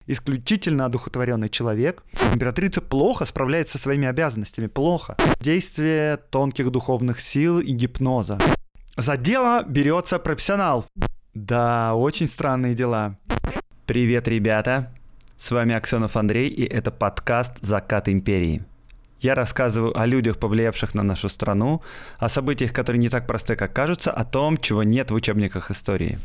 исключительно одухотворенный человек. Императрица плохо справляется со своими обязанностями, плохо. Действие тонких духовных сил и гипноза. За дело берется профессионал. Да, очень странные дела. Привет, ребята! С вами Аксенов Андрей, и это подкаст «Закат империи». Я рассказываю о людях, повлиявших на нашу страну, о событиях, которые не так просты, как кажутся, о том, чего нет в учебниках истории.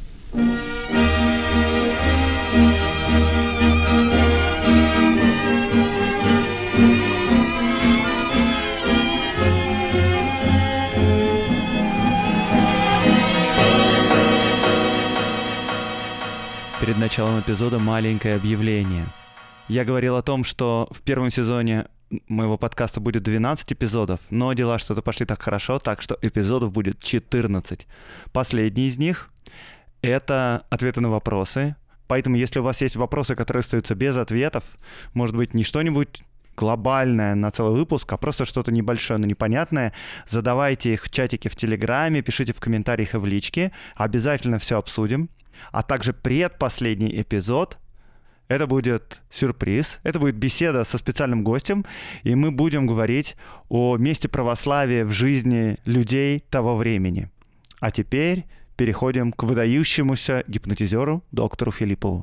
Перед началом эпизода маленькое объявление. Я говорил о том, что в первом сезоне моего подкаста будет 12 эпизодов, но дела что-то пошли так хорошо, так что эпизодов будет 14. Последний из них — это ответы на вопросы. Поэтому, если у вас есть вопросы, которые остаются без ответов, может быть, не что-нибудь глобальное на целый выпуск, а просто что-то небольшое, но непонятное, задавайте их в чатике в Телеграме, пишите в комментариях и в личке, обязательно все обсудим. А также предпоследний эпизод — это будет сюрприз, это будет беседа со специальным гостем, и мы будем говорить о месте православия в жизни людей того времени. А теперь переходим к выдающемуся гипнотизеру доктору Филиппову.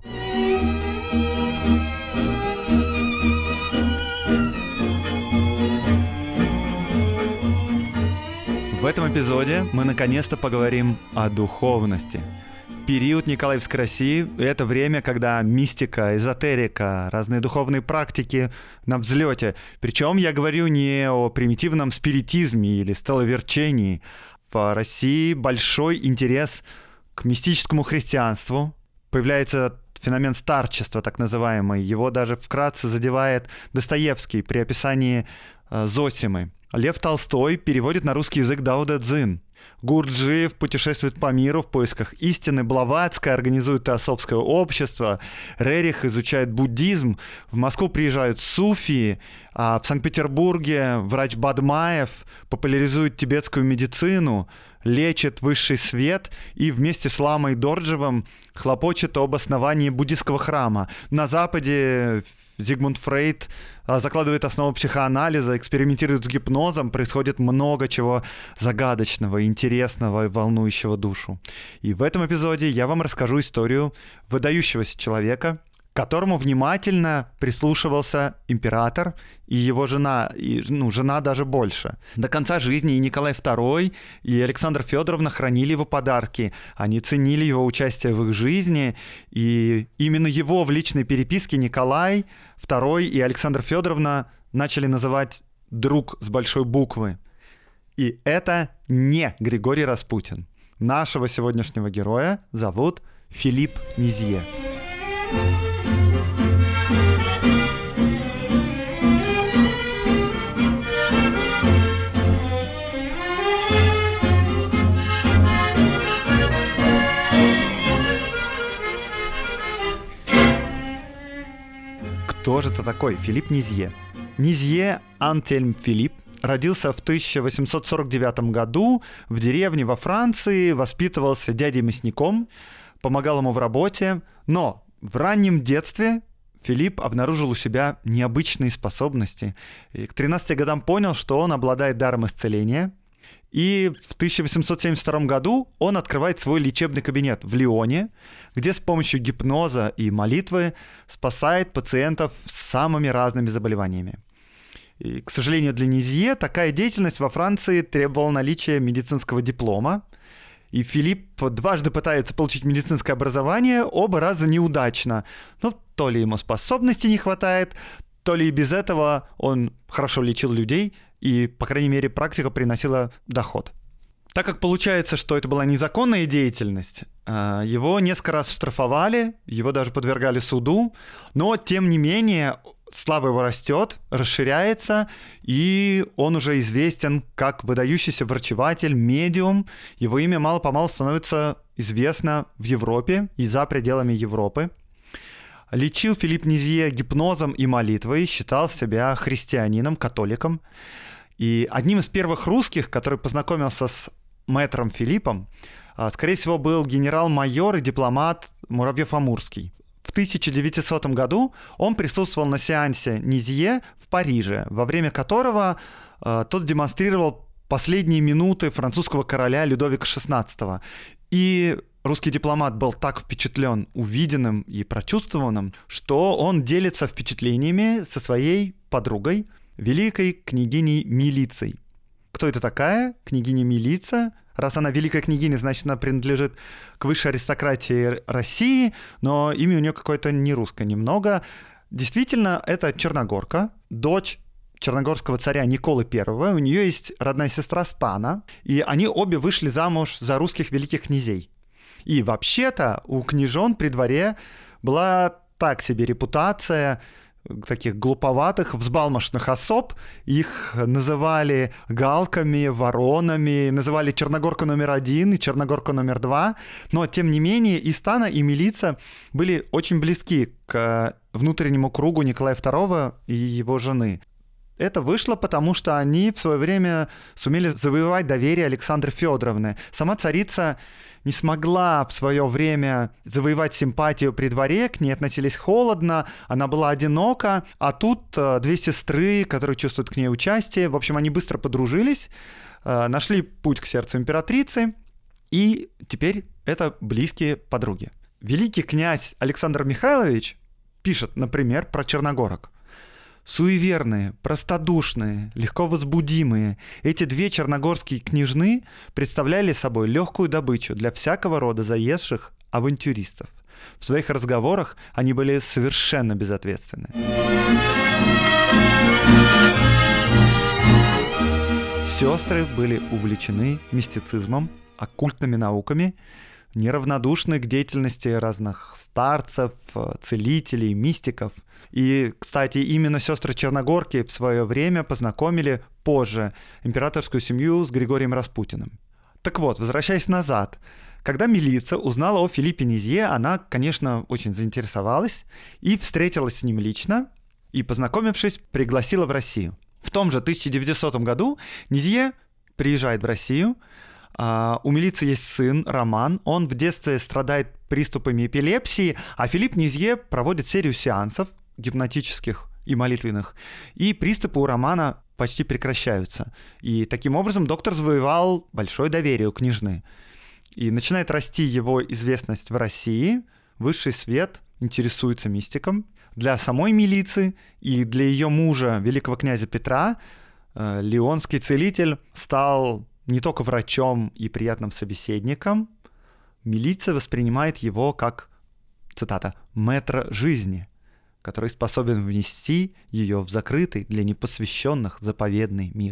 В этом эпизоде мы наконец-то поговорим о духовности. Период Николаевской России — это время, когда мистика, эзотерика, разные духовные практики на взлете. Причем я говорю не о примитивном спиритизме или стелловерчении. В России большой интерес к мистическому христианству. Появляется феномен старчества, так называемый. Его даже вкратце задевает Достоевский при описании Зосимы. Лев Толстой переводит на русский язык Дао Дэ Цзин. Гурджиев путешествует по миру в поисках истины, Блаватская организует теософское общество, Рерих изучает буддизм, в Москву приезжают суфии, а в Санкт-Петербурге врач Бадмаев популяризует тибетскую медицину, лечит высший свет и вместе с ламой Дорджевым хлопочет об основании буддистского храма. На Западе Зигмунд Фрейд закладывает основу психоанализа, экспериментирует с гипнозом, происходит много чего загадочного, интересного и волнующего душу. И в этом эпизоде я вам расскажу историю выдающегося человека, к которому внимательно прислушивался император и его жена, жена даже больше. До конца жизни и Николай II, и Александра Федоровна хранили его подарки. Они ценили его участие в их жизни, и именно его в личной переписке Николай II и Александра Федоровна начали называть «друг» с большой буквы. И это не Григорий Распутин. Нашего сегодняшнего героя зовут Филипп Низье. Кто же это такой Филипп Низье? Низье Антельм Филипп родился в 1849 году в деревне во Франции, воспитывался дядей мясником, помогал ему в работе, но в раннем детстве Филипп обнаружил у себя необычные способности. И к 13 годам понял, что он обладает даром исцеления. И в 1872 году он открывает свой лечебный кабинет в Лионе, где с помощью гипноза и молитвы спасает пациентов с самыми разными заболеваниями. И, к сожалению, для Низье такая деятельность во Франции требовала наличия медицинского диплома. И Филипп дважды пытается получить медицинское образование, оба раза неудачно. То ли ему способностей не хватает, то ли и без этого он хорошо лечил людей, и, по крайней мере, практика приносила доход. Так как получается, что это была незаконная деятельность, его несколько раз штрафовали, его даже подвергали суду, но, тем не менее, слава его растет, расширяется, и он уже известен как выдающийся врачеватель, медиум. Его имя мало-помалу становится известно в Европе и за пределами Европы. Лечил Филипп Низье гипнозом и молитвой, считал себя христианином, католиком. И одним из первых русских, который познакомился с мэтром Филиппом, скорее всего, был генерал-майор и дипломат Муравьев-Амурский. В 1900 году он присутствовал на сеансе Низье в Париже, во время которого тот демонстрировал последние минуты французского короля Людовика XVI. И русский дипломат был так впечатлен увиденным и прочувствованным, что он делится впечатлениями со своей подругой, великой княгиней Милицей. Кто это такая? Княгиня Милица. Раз она великая княгиня, значит, она принадлежит к высшей аристократии России, но имя у нее какое-то не русское немного. Действительно, это черногорка, дочь черногорского царя Николы I. У нее есть родная сестра Стана, и они обе вышли замуж за русских великих князей. И вообще-то у княжон при дворе была так себе репутация таких глуповатых, взбалмошных особ. Их называли галками, воронами, называли Черногорка номер 1 и Черногорка номер 2. Но, тем не менее, и Стана, и Милица были очень близки к внутреннему кругу Николая II и его жены. Это вышло потому, что они в свое время сумели завоевать доверие Александры Федоровны. Сама царица не смогла в свое время завоевать симпатию при дворе, к ней относились холодно, она была одинока, а тут две сестры, которые чувствуют к ней участие. В общем, они быстро подружились, нашли путь к сердцу императрицы, и теперь это близкие подруги. Великий князь Александр Михайлович пишет, например, про черногорок. Суеверные, простодушные, легко возбудимые, эти две черногорские княжны представляли собой легкую добычу для всякого рода заезжих авантюристов. В своих разговорах они были совершенно безответственны. Сестры были увлечены мистицизмом, оккультными науками, неравнодушны к деятельности разных старцев, целителей, мистиков. И, кстати, именно сестры Черногорки в свое время познакомили позже императорскую семью с Григорием Распутиным. Так вот, возвращаясь назад, когда Милица узнала о Филиппе Низье, она, конечно, очень заинтересовалась и встретилась с ним лично, и, познакомившись, пригласила в Россию. В том же 1900 году Низье приезжает в Россию. У Милицы есть сын Роман, он в детстве страдает приступами эпилепсии, а Филипп Низье проводит серию сеансов гипнотических и молитвенных, и приступы у Романа почти прекращаются. И таким образом доктор завоевал большое доверие у княжны. И начинает расти его известность в России, высший свет интересуется мистиком. Для самой Милицы и для ее мужа, великого князя Петра, леонский целитель стал не только врачом и приятным собеседником, Милица воспринимает его как, цитата, «мэтра жизни», который способен внести ее в закрытый для непосвященных заповедный мир.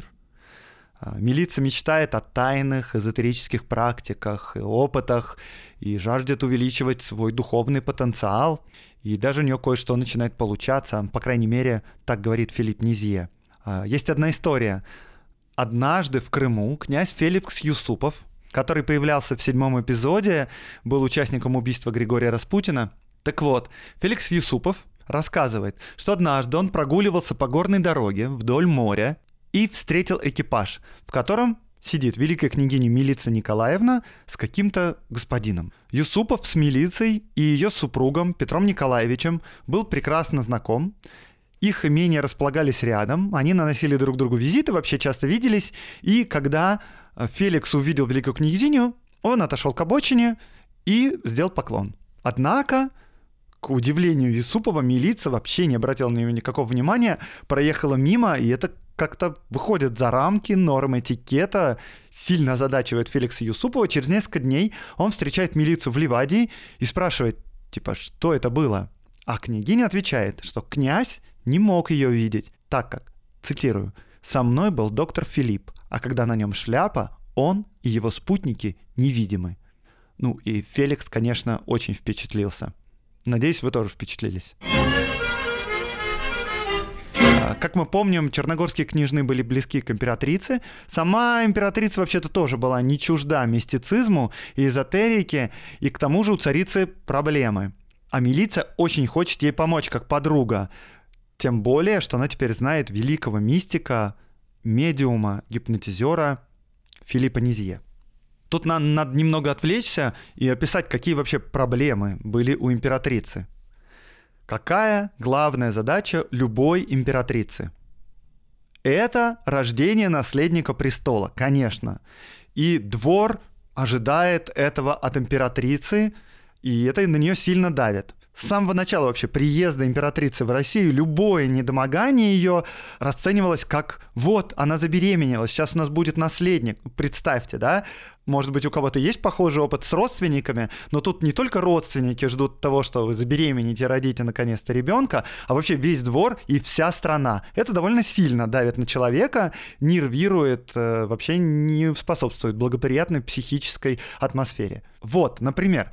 Милица мечтает о тайных эзотерических практиках и опытах и жаждет увеличивать свой духовный потенциал, и даже у нее кое-что начинает получаться, по крайней мере, так говорит Филипп Низье. Есть одна история. Однажды в Крыму князь Феликс Юсупов, который появлялся в 7 эпизоде, был участником убийства Григория Распутина. Так вот, Феликс Юсупов рассказывает, что однажды он прогуливался по горной дороге вдоль моря и встретил экипаж, в котором сидит великая княгиня Милица Николаевна с каким-то господином. Юсупов с Милицей и ее супругом Петром Николаевичем был прекрасно знаком. Их имения располагались рядом, они наносили друг другу визиты, вообще часто виделись, и когда Феликс увидел великую княгиню, он отошел к обочине и сделал поклон. Однако, к удивлению Юсупова, Милица вообще не обратила на него никакого внимания, проехала мимо, и это как-то выходит за рамки норм этикета, сильно озадачивает Феликса Юсупова. Через несколько дней он встречает Милицу в Ливадии и спрашивает, типа, что это было? А княгиня отвечает, что князь не мог ее видеть, так как, цитирую, «со мной был доктор Филипп, а когда на нем шляпа, он и его спутники невидимы». Ну и Феликс, конечно, очень впечатлился. Надеюсь, вы тоже впечатлились. Как мы помним, черногорские княжны были близки к императрице. Сама императрица вообще-то тоже была не чужда мистицизму и эзотерике, и к тому же у царицы проблемы. А Милица очень хочет ей помочь, как подруга. Тем более, что она теперь знает великого мистика, медиума, гипнотизера Филиппа Низье. Тут надо немного отвлечься и описать, какие вообще проблемы были у императрицы. Какая главная задача любой императрицы? Это рождение наследника престола, конечно. И двор ожидает этого от императрицы, и это на нее сильно давит. С самого начала вообще приезда императрицы в Россию любое недомогание ее расценивалось как вот, она забеременела, сейчас у нас будет наследник. Представьте, да? Может быть, у кого-то есть похожий опыт с родственниками, но тут не только родственники ждут того, что вы забеременеете, родите наконец-то ребенка, а вообще весь двор и вся страна. Это довольно сильно давит на человека, нервирует, вообще не способствует благоприятной психической атмосфере. Вот, например,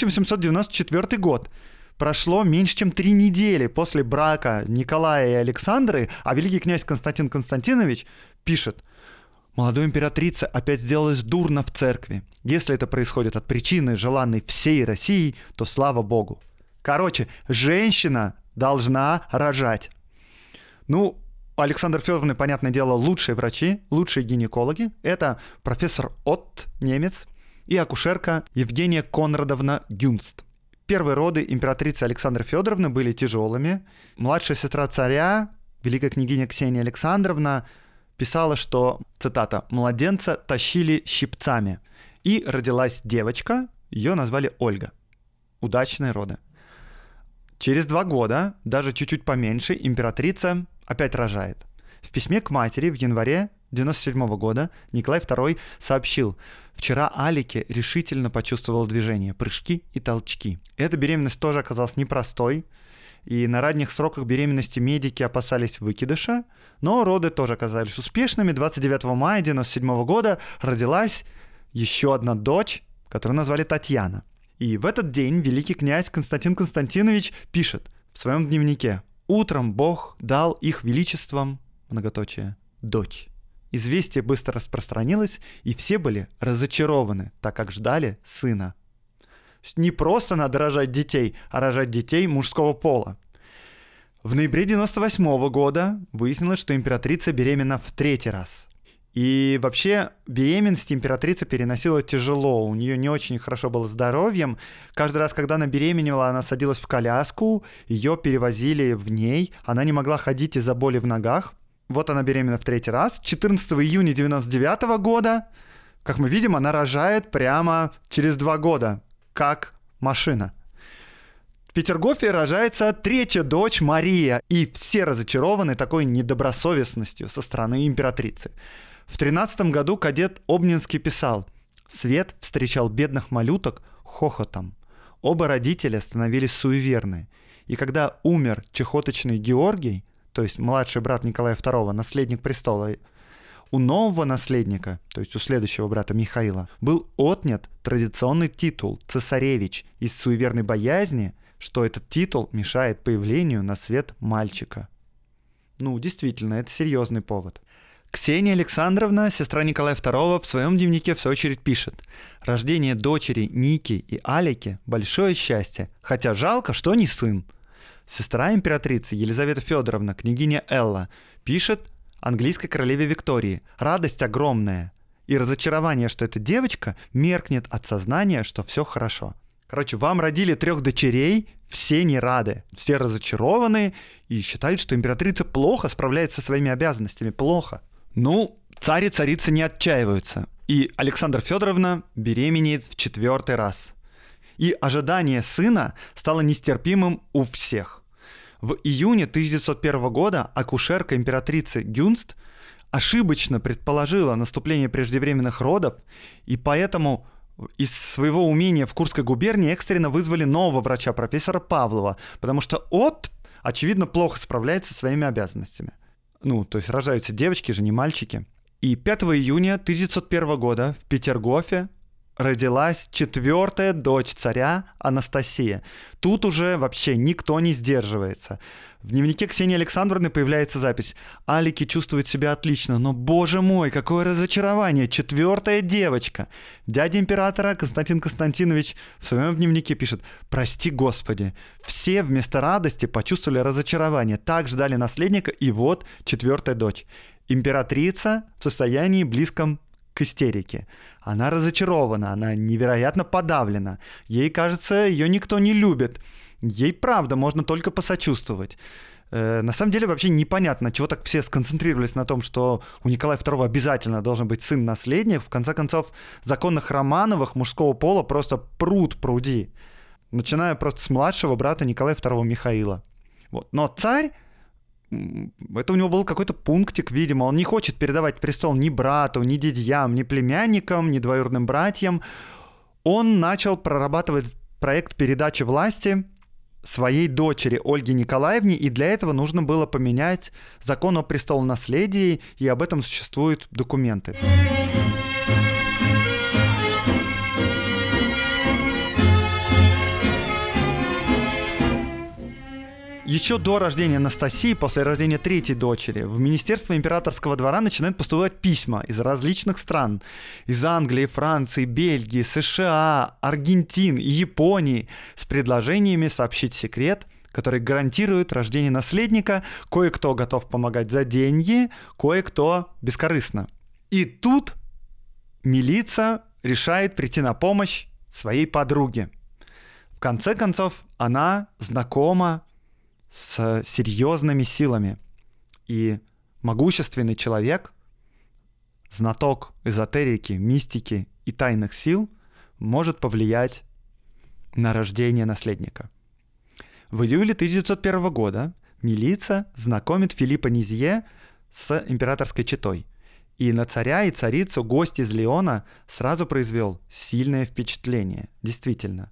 1894 год. Прошло меньше, чем 3 недели после брака Николая и Александры, а великий князь Константин Константинович пишет: «Молодой императрице опять сделалось дурно в церкви. Если это происходит от причины, желанной всей России, то слава Богу». Короче, женщина должна рожать. Ну, у Александры Федоровны, понятное дело, лучшие врачи, лучшие гинекологи. Это профессор Отт, немец, и акушерка Евгения Конрадовна Гюнст. Первые роды императрицы Александры Федоровны были тяжелыми. Младшая сестра царя, великая княгиня Ксения Александровна, писала, что, цитата, «младенца тащили щипцами». И родилась девочка, ее назвали Ольга. Удачные роды. Через 2 года, даже чуть-чуть поменьше, императрица опять рожает. В письме к матери в январе 1997 года Николай II сообщил: «Вчера Алике решительно почувствовала движение, прыжки и толчки». Эта беременность тоже оказалась непростой, и на ранних сроках беременности медики опасались выкидыша, но роды тоже оказались успешными. 29 мая 1997 года родилась еще одна дочь, которую назвали Татьяна. И в этот день великий князь Константин Константинович пишет в своем дневнике: «Утром Бог дал их величеством, многоточие, дочь». Известие быстро распространилось, и все были разочарованы, так как ждали сына. Не просто надо рожать детей, а рожать детей мужского пола. В ноябре 1998 года выяснилось, что императрица беременна в 3-й раз. И вообще беременность императрица переносила тяжело, у нее не очень хорошо было здоровьем. Каждый раз, когда она беременела, она садилась в коляску, ее перевозили в ней, она не могла ходить из-за боли в ногах. Вот она беременна в 3-й раз. 14 июня 1999 года, как мы видим, она рожает прямо через 2 года, как машина. В Петергофе рожается 3-я дочь Мария, и все разочарованы такой недобросовестностью со стороны императрицы. В 13 году кадет Обнинский писал: «Свет встречал бедных малюток хохотом. Оба родителя становились суеверны. И когда умер чехоточный Георгий, то есть младший брат Николая II, наследник престола, у нового наследника, то есть у следующего брата Михаила, был отнят традиционный титул «цесаревич» из суеверной боязни, что этот титул мешает появлению на свет мальчика». Ну, действительно, это серьезный повод. Ксения Александровна, сестра Николая II, в своем дневнике в свою очередь пишет: «Рождение дочери Ники и Алики – большое счастье, хотя жалко, что не сын». Сестра императрицы Елизавета Федоровна, княгиня Элла, пишет английской королеве Виктории: «Радость огромная, и разочарование, что эта девочка меркнет от сознания, что все хорошо». Короче, вам родили 3 дочерей, все не рады, все разочарованы и считают, что императрица плохо справляется со своими обязанностями, плохо. Ну, царь и царица не отчаиваются, и Александра Федоровна беременеет в 4-й раз. И ожидание сына стало нестерпимым у всех. В июне 1901 года акушерка императрицы Гюнст ошибочно предположила наступление преждевременных родов, и поэтому из своего умения в Курской губернии экстренно вызвали нового врача, профессора Павлова, потому что Отт, очевидно, плохо справляется со своими обязанностями. Ну, то есть рожаются девочки же, не мальчики. И 5 июня 1901 года в Петергофе родилась 4-я дочь царя Анастасия. Тут уже вообще никто не сдерживается. В дневнике Ксении Александровны появляется запись: «Алики чувствует себя отлично, но, боже мой, какое разочарование, 4-я девочка». Дядя императора Константин Константинович в своем дневнике пишет: «Прости, Господи, все вместо радости почувствовали разочарование, так ждали наследника, и вот 4-я дочь. Императрица в состоянии близком к истерике. Она разочарована, она невероятно подавлена. Ей кажется, ее никто не любит. Ей, правда, можно только посочувствовать. На самом деле вообще непонятно, чего так все сконцентрировались на том, что у Николая II обязательно должен быть сын-наследник. В конце концов, законных Романовых мужского пола просто пруд-пруди. Начиная просто с младшего брата Николая II Михаила. Вот. Но царь, это у него был какой-то пунктик, видимо, он не хочет передавать престол ни брату, ни дядьям, ни племянникам, ни двоюродным братьям. Он начал прорабатывать проект передачи власти своей дочери Ольге Николаевне, и для этого нужно было поменять закон о престолонаследии, и об этом существуют документы. Еще до рождения Анастасии, после рождения третьей дочери, в Министерство императорского двора начинают поступать письма из различных стран. Из Англии, Франции, Бельгии, США, Аргентины и Японии с предложениями сообщить секрет, который гарантирует рождение наследника. Кое-кто готов помогать за деньги, кое-кто бескорыстно. И тут милиция решает прийти на помощь своей подруге. В конце концов, она знакома с серьезными силами. И могущественный человек, знаток эзотерики, мистики и тайных сил, может повлиять на рождение наследника. В июле 1901 года милиция знакомит Филиппа Низье с императорской четой. И на царя и царицу гость из Лиона сразу произвел сильное впечатление. Действительно.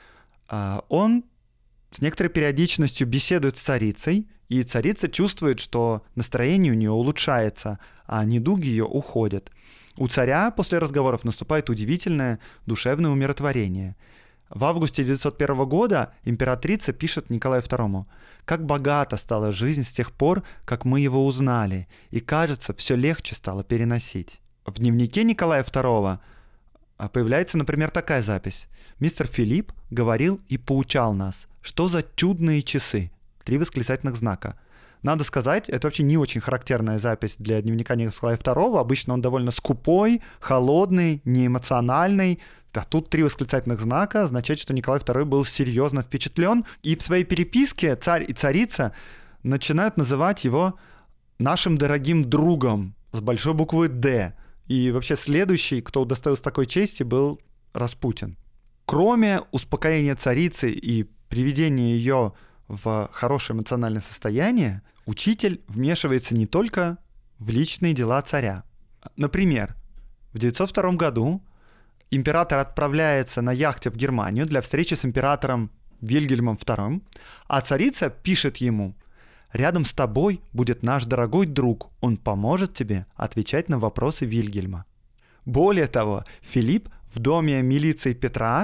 Он с некоторой периодичностью беседует с царицей, и царица чувствует, что настроение у нее улучшается, а недуги ее уходят. У царя после разговоров наступает удивительное душевное умиротворение. В августе 1901 года императрица пишет Николаю II: «Как богата стала жизнь с тех пор, как мы его узнали, и, кажется, все легче стало переносить». В дневнике Николая II появляется, например, такая запись. «Мистер Филипп говорил и поучал нас. Что за чудные часы?» 3 восклицательных знака. Надо сказать, это вообще не очень характерная запись для дневника Николая II. Обычно он довольно скупой, холодный, неэмоциональный. А тут 3 восклицательных знака означает, что Николай II был серьезно впечатлен. И в своей переписке царь и царица начинают называть его нашим дорогим другом с большой буквы «Д». И вообще следующий, кто удостоился такой чести, был Распутин. Кроме успокоения царицы и приведения ее в хорошее эмоциональное состояние, учитель вмешивается не только в личные дела царя. Например, в 902 году император отправляется на яхте в Германию для встречи с императором Вильгельмом II, а царица пишет ему: «Рядом с тобой будет наш дорогой друг, он поможет тебе отвечать на вопросы Вильгельма». Более того, Филипп в доме милиции Петра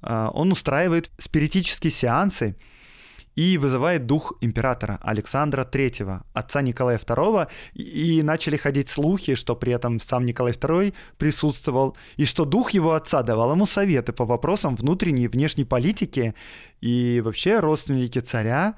он устраивает спиритические сеансы и вызывает дух императора Александра III, отца Николая II, и начали ходить слухи, что при этом сам Николай II присутствовал, и что дух его отца давал ему советы по вопросам внутренней и внешней политики, и вообще родственники царя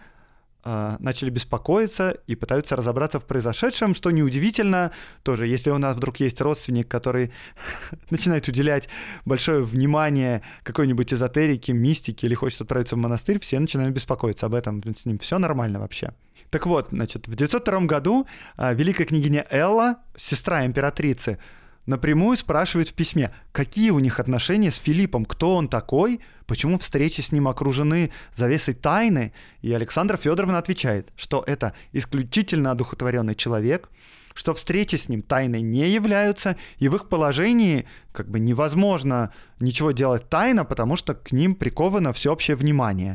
начали беспокоиться и пытаются разобраться в произошедшем, что неудивительно тоже, если у нас вдруг есть родственник, который начинает уделять большое внимание какой-нибудь эзотерике, мистике или хочет отправиться в монастырь, все начинают беспокоиться об этом, с ним все нормально вообще. Так вот, значит, в 902 году великая княгиня Элла, сестра императрицы, напрямую спрашивает в письме, какие у них отношения с Филиппом, кто он такой, почему встречи с ним окружены завесой тайны. И Александра Федоровна отвечает, что это исключительно одухотворенный человек, что встречи с ним тайной не являются, и в их положении как бы невозможно ничего делать тайно, потому что к ним приковано всеобщее внимание.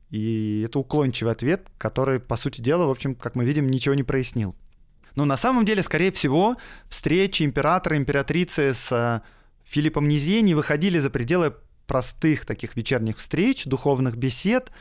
И это уклончивый ответ, который, по сути дела, в общем, как мы видим, ничего не прояснил. Но на самом деле, скорее всего, встречи императора и императрицы с Филиппом Низье не выходили за пределы простых таких вечерних встреч, духовных бесед,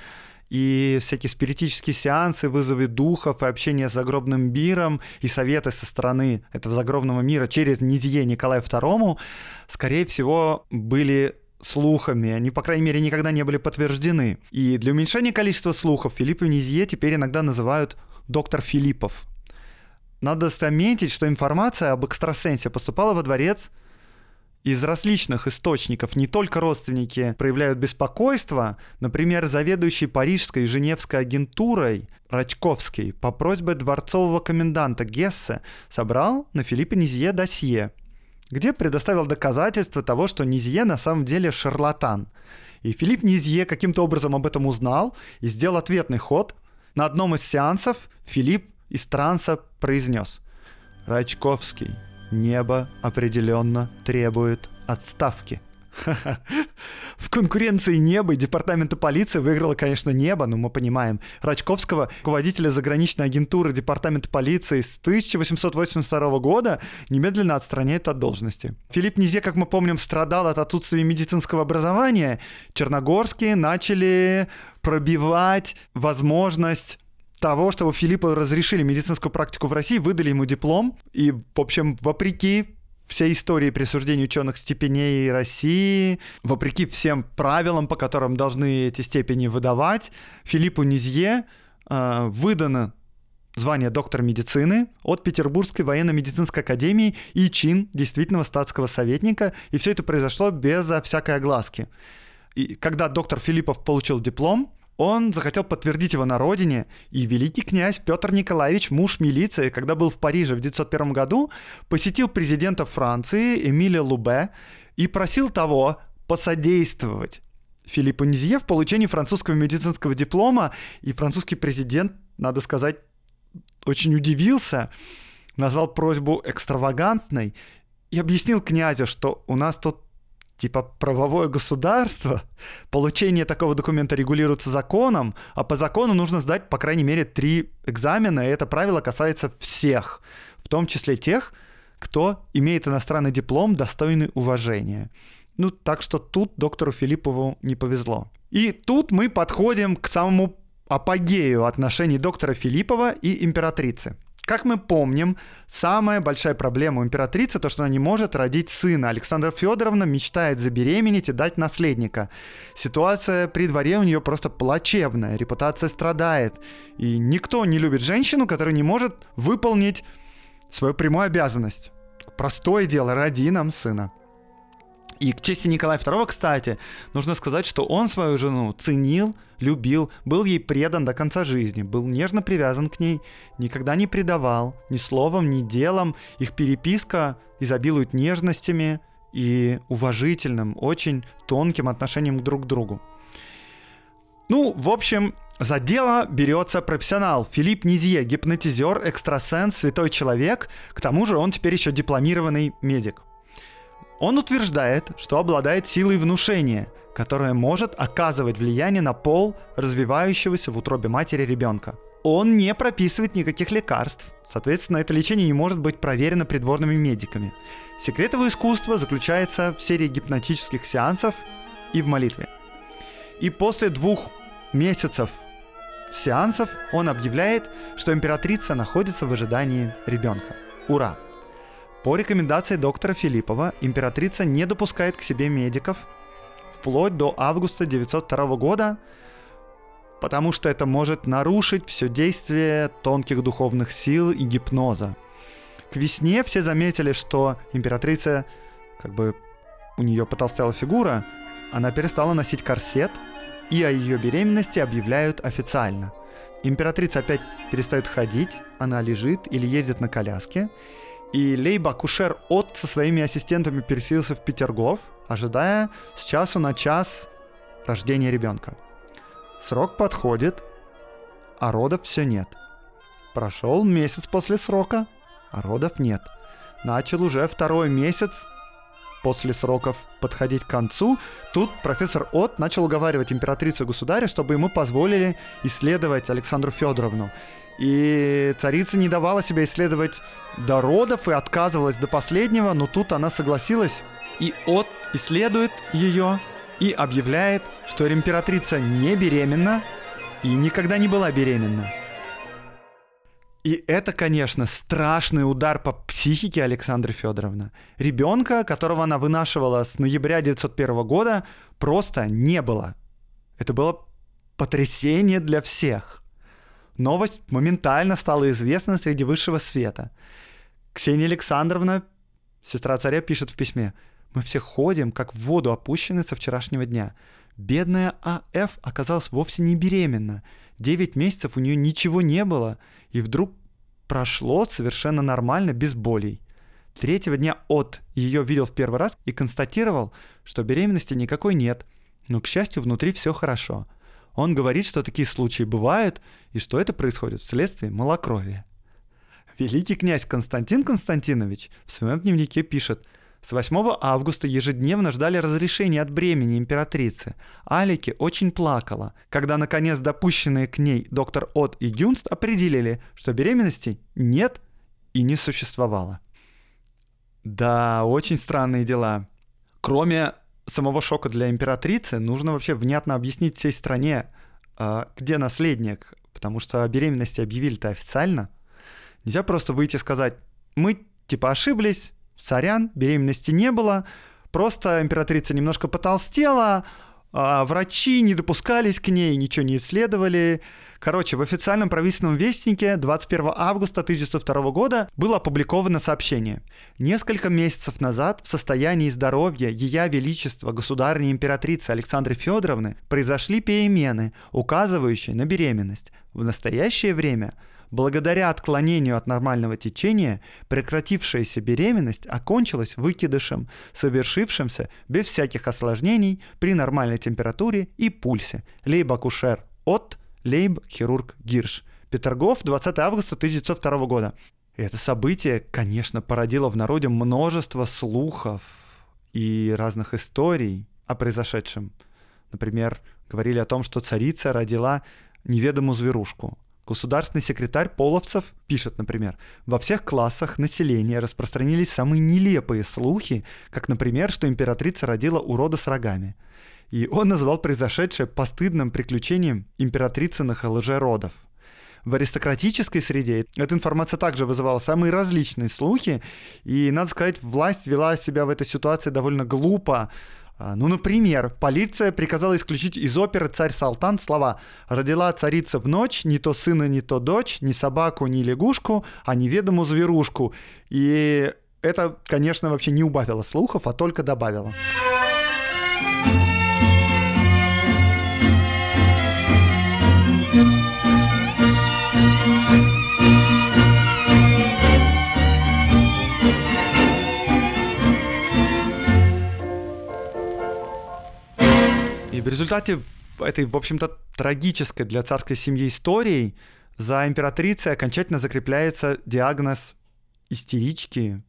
и всякие спиритические сеансы, вызовы духов и общение с загробным миром и советы со стороны этого загробного мира через Низье Николаю II, скорее всего, были слухами, они, по крайней мере, никогда не были подтверждены. И для уменьшения количества слухов Филиппа Низье теперь иногда называют доктор Филиппов. Надо заметить, что информация об экстрасенсе поступала во дворец из различных источников не только родственники проявляют беспокойство, например, заведующий парижской и женевской агентурой Рачковский по просьбе дворцового коменданта Гессе собрал на Филиппа Низье досье, где предоставил доказательства того, что Низье на самом деле шарлатан. И Филипп Низье каким-то образом об этом узнал и сделал ответный ход. На одном из сеансов Филипп из транса произнес: «Рачковский, небо определенно требует отставки». В конкуренции неба и департамента полиции выиграло, конечно, небо, но мы понимаем. Рачковского, руководителя заграничной агентуры департамента полиции с 1882 года, немедленно отстраняют от должности. Филипп Низье, как мы помним, страдал от отсутствия медицинского образования. Черногорские начали пробивать возможность того, чтобы Филиппу разрешили медицинскую практику в России, выдали ему диплом. И, в общем, вопреки всей истории присуждения ученых степеней России, вопреки всем правилам, по которым должны эти степени выдавать, Филиппу Низье выдано звание доктора медицины от Петербургской военно-медицинской академии и чин действительного статского советника. И все это произошло безо всякой огласки. И когда доктор Филиппов получил диплом, он захотел подтвердить его на родине, и великий князь Петр Николаевич, муж милиции, когда был в Париже в 1901 году, посетил президента Франции Эмиля Лубе и просил того посодействовать Филиппу Низье в получении французского медицинского диплома, и французский президент, надо сказать, очень удивился, назвал просьбу экстравагантной и объяснил князю, что у нас тут типа правовое государство, получение такого документа регулируется законом, а по закону нужно сдать, по крайней мере, 3 экзамена, и это правило касается всех, в том числе тех, кто имеет иностранный диплом, достойный уважения. Ну, так что тут доктору Филиппову не повезло. И тут мы подходим к самому апогею отношений доктора Филиппова и императрицы. Как мы помним, самая большая проблема у императрицы — то, что она не может родить сына. Александра Федоровна мечтает забеременеть и дать наследника. Ситуация при дворе у нее просто плачевная, репутация страдает. И никто не любит женщину, которая не может выполнить свою прямую обязанность. Простое дело — роди нам сына. И к чести Николая II, кстати, нужно сказать, что он свою жену ценил, любил, был ей предан до конца жизни, был нежно привязан к ней, никогда не предавал ни словом, ни делом. Их переписка изобилует нежностями и уважительным, очень тонким отношением друг к другу. Ну, в общем, за дело берется профессионал. Филипп Низье, гипнотизер, экстрасенс, святой человек. К тому же он теперь еще дипломированный медик. Он утверждает, что обладает силой внушения, которая может оказывать влияние на пол развивающегося в утробе матери ребенка. Он не прописывает никаких лекарств, соответственно, это лечение не может быть проверено придворными медиками. Секрет его искусства заключается в серии гипнотических сеансов и в молитве. И после 2 месяцев сеансов он объявляет, что императрица находится в ожидании ребенка. Ура! По рекомендации доктора Филиппова императрица не допускает к себе медиков вплоть до августа 1902 года, потому что это может нарушить все действие тонких духовных сил и гипноза. К весне все заметили, что императрица, у нее потолстела фигура, она перестала носить корсет, и о ее беременности объявляют официально. Императрица опять перестает ходить, она лежит или ездит на коляске, и лейб-акушер От со своими ассистентами переселился в Петергоф, ожидая с часу на час рождения ребенка. Срок подходит, а родов все нет. Прошел месяц после срока, а родов нет. Начал уже 2-й месяц после сроков подходить к концу. Тут профессор От начал уговаривать императрицу и государя, чтобы ему позволили исследовать Александру Федоровну. И царица не давала себя исследовать до родов и отказывалась до последнего, но тут она согласилась. И От исследует ее и объявляет, что императрица не беременна и никогда не была беременна. И это, конечно, страшный удар по психике Александры Федоровны. Ребенка, которого она вынашивала с ноября 1901 года, просто не было. Это было потрясение для всех. Новость моментально стала известна среди высшего света. Ксения Александровна, сестра царя, пишет в письме: Мы все ходим, как в воду опущены со вчерашнего дня. Бедная А.Ф. оказалась вовсе не беременна. 9 месяцев у нее ничего не было, и вдруг прошло совершенно нормально, без болей. 3-го дня От ее видел в первый раз и констатировал, что беременности никакой нет, но, к счастью, внутри все хорошо. Он говорит, что такие случаи бывают, и что это происходит вследствие малокровия. Великий князь Константин Константинович в своем дневнике пишет: с 8 августа ежедневно ждали разрешения от бремени императрицы. Алики очень плакала, когда, наконец, допущенные к ней доктор От и Гюнст определили, что беременности нет и не существовало. Да, очень странные дела. Кроме самого шока для императрицы, нужно вообще внятно объяснить всей стране, где наследник, потому что о беременности объявили-то официально. Нельзя просто выйти и сказать: мы типа ошиблись, сорян, беременности не было, просто императрица немножко потолстела, а врачи не допускались к ней, ничего не исследовали. Короче, в официальном правительственном вестнике 21 августа 1902 года было опубликовано сообщение. Несколько месяцев назад в состоянии здоровья Ея Величества государыни императрицы Александры Федоровны произошли перемены, указывающие на беременность. В настоящее время, благодаря отклонению от нормального течения, прекратившаяся беременность окончилась выкидышем, совершившимся без всяких осложнений при нормальной температуре и пульсе. Лейб-акушер От, лейб-хирург Гирш. Петергоф, 20 августа 1902 года. И это событие, конечно, породило в народе множество слухов и разных историй о произошедшем. Например, говорили о том, что царица родила неведомую зверушку. Государственный секретарь Половцев пишет, например: во всех классах населения распространились самые нелепые слухи, как, например, что императрица родила урода с рогами. И он назвал произошедшее постыдным приключением императрицыных лжеродов. В аристократической среде эта информация также вызывала самые различные слухи, и, надо сказать, власть вела себя в этой ситуации довольно глупо. Ну, например, полиция приказала исключить из оперы «Царь Салтан» слова «родила царица в ночь, не то сына, не то дочь, ни собаку, ни лягушку, а неведомую зверушку». И это, конечно, вообще не убавило слухов, а только добавило. И в результате этой, в общем-то, трагической для царской семьи истории за императрицей окончательно закрепляется диагноз истерички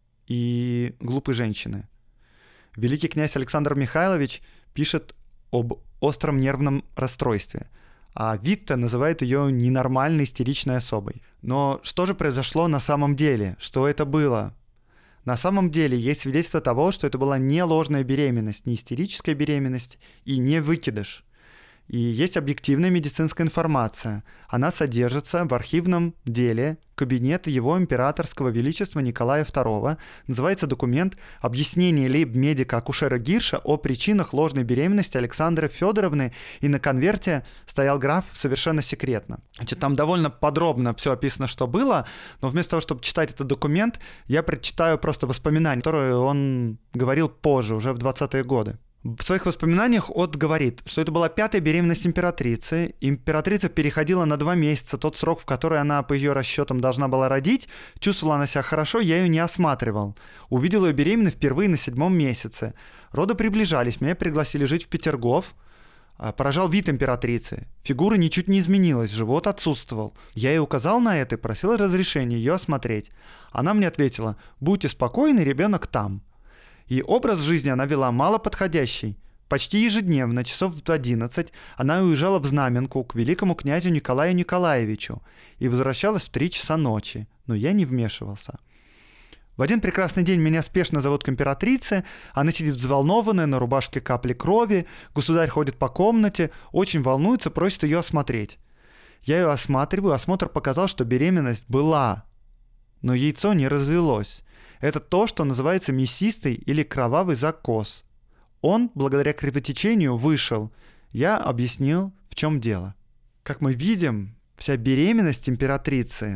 и глупой женщины. Великий князь Александр Михайлович пишет об остром нервном расстройстве, а Витте называет ее ненормальной истеричной особой. Но что же произошло на самом деле? Что это было? На самом деле есть свидетельство того, что это была не ложная беременность, не истерическая беременность и не выкидыш. И есть объективная медицинская информация. Она содержится в архивном деле кабинета его императорского величества Николая II. Называется документ «Объяснение лейб-медика-акушера Гирша о причинах ложной беременности Александры Федоровны», и на конверте стоял граф «совершенно секретно». Значит, там довольно подробно все описано, что было, но вместо того, чтобы читать этот документ, я прочитаю просто воспоминания, которые он говорил позже, уже в 20-е годы. В своих воспоминаниях От говорит, что это была 5-я беременность императрицы. Императрица переходила на 2 месяца тот срок, в который она, по ее расчетам, должна была родить. Чувствовала она себя хорошо, я ее не осматривал. Увидел ее беременной впервые на 7-м месяце. Роды приближались, меня пригласили жить в Петергоф. Поражал вид императрицы. Фигура ничуть не изменилась, живот отсутствовал. Я ей указал на это и просил разрешения ее осмотреть. Она мне ответила: «Будьте спокойны, ребенок там». И образ жизни она вела малоподходящий. Почти ежедневно, часов в 11, она уезжала в Знаменку к великому князю Николаю Николаевичу и возвращалась в 3 часа ночи, но я не вмешивался. В один прекрасный день меня спешно зовут к императрице, она сидит взволнованная, на рубашке капли крови, государь ходит по комнате, очень волнуется, просит ее осмотреть. Я ее осматриваю, осмотр показал, что беременность была, но яйцо не развелось. Это то, что называется мясистый или кровавый закос. Он, благодаря кровотечению, вышел. Я объяснил, в чем дело. Как мы видим, вся беременность императрицы,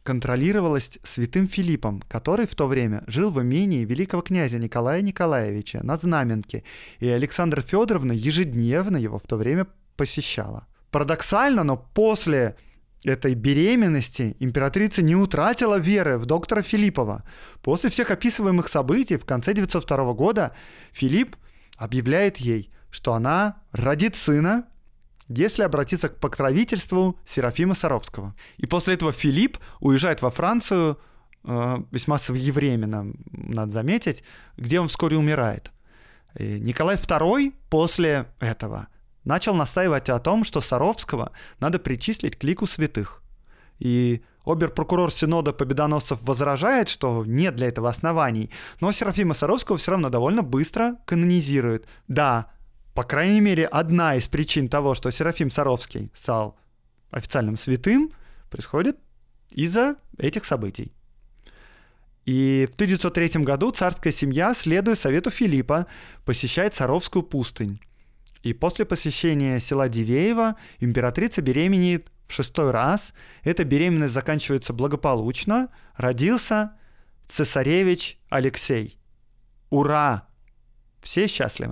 контролировалась святым Филиппом, который в то время жил в имении великого князя Николая Николаевича на Знаменке, и Александра Федоровна ежедневно его в то время посещала. Парадоксально, но после этой беременности императрица не утратила веры в доктора Филиппова. После всех описываемых событий в конце 902 года Филипп объявляет ей, что она родит сына, если обратиться к покровительству Серафима Саровского. И после этого Филипп уезжает во Францию весьма своевременно, надо заметить, где он вскоре умирает. И Николай II после этого начал настаивать о том, что Саровского надо причислить к лику святых. И обер-прокурор Синода Победоносцев возражает, что нет для этого оснований, но Серафима Саровского все равно довольно быстро канонизирует. Да, по крайней мере, одна из причин того, что Серафим Саровский стал официальным святым, происходит из-за этих событий. И в 1903 году царская семья, следуя совету Филиппа, посещает Саровскую пустынь. И после посещения села Дивеево императрица беременеет в 6-й раз. Эта беременность заканчивается благополучно. Родился цесаревич Алексей. Ура! Все счастливы.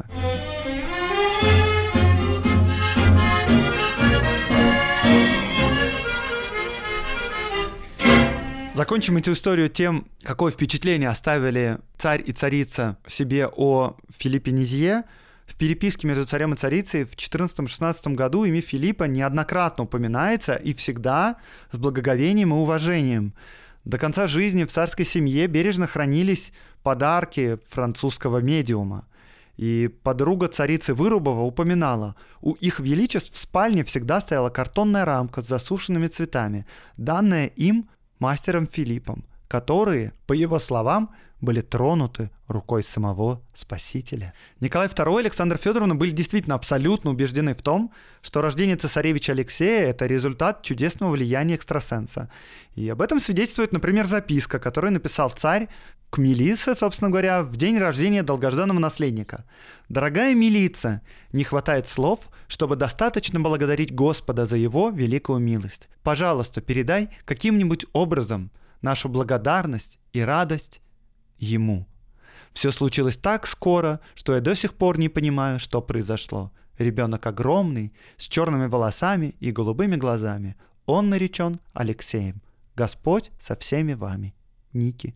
Закончим эту историю тем, какое впечатление оставили царь и царица себе о Филиппе Низье. В переписке между царем и царицей в 14-16 году имя Филиппа неоднократно упоминается и всегда с благоговением и уважением. До конца жизни в царской семье бережно хранились подарки французского медиума. И подруга царицы Вырубова упоминала, у их величеств в спальне всегда стояла картонная рамка с засушенными цветами, данная им мастером Филиппом, которые, по его словам, были тронуты рукой самого Спасителя. Николай II и Александра Федоровна были действительно абсолютно убеждены в том, что рождение цесаревича Алексея – это результат чудесного влияния экстрасенса. И об этом свидетельствует, например, записка, которую написал царь к Мелиссе, собственно говоря, в день рождения долгожданного наследника. «Дорогая Мелисса, не хватает слов, чтобы достаточно благодарить Господа за его великую милость. Пожалуйста, передай каким-нибудь образом нашу благодарность и радость ему. Все случилось так скоро, что я до сих пор не понимаю, что произошло. Ребенок огромный, с черными волосами и голубыми глазами. Он наречен Алексеем. Господь со всеми вами. Ники».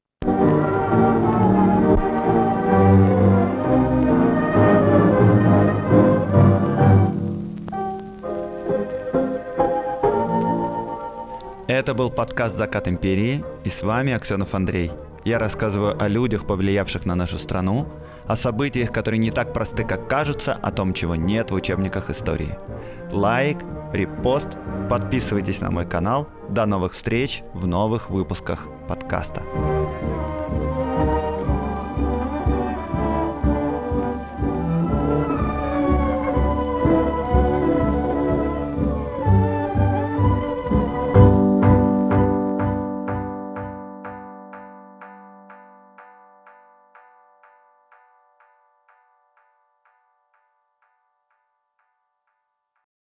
Это был подкаст «Закат империи», и с вами Аксенов Андрей. Я рассказываю о людях, повлиявших на нашу страну, о событиях, которые не так просты, как кажутся, о том, чего нет в учебниках истории. Лайк, репост, подписывайтесь на мой канал. До новых встреч в новых выпусках подкаста.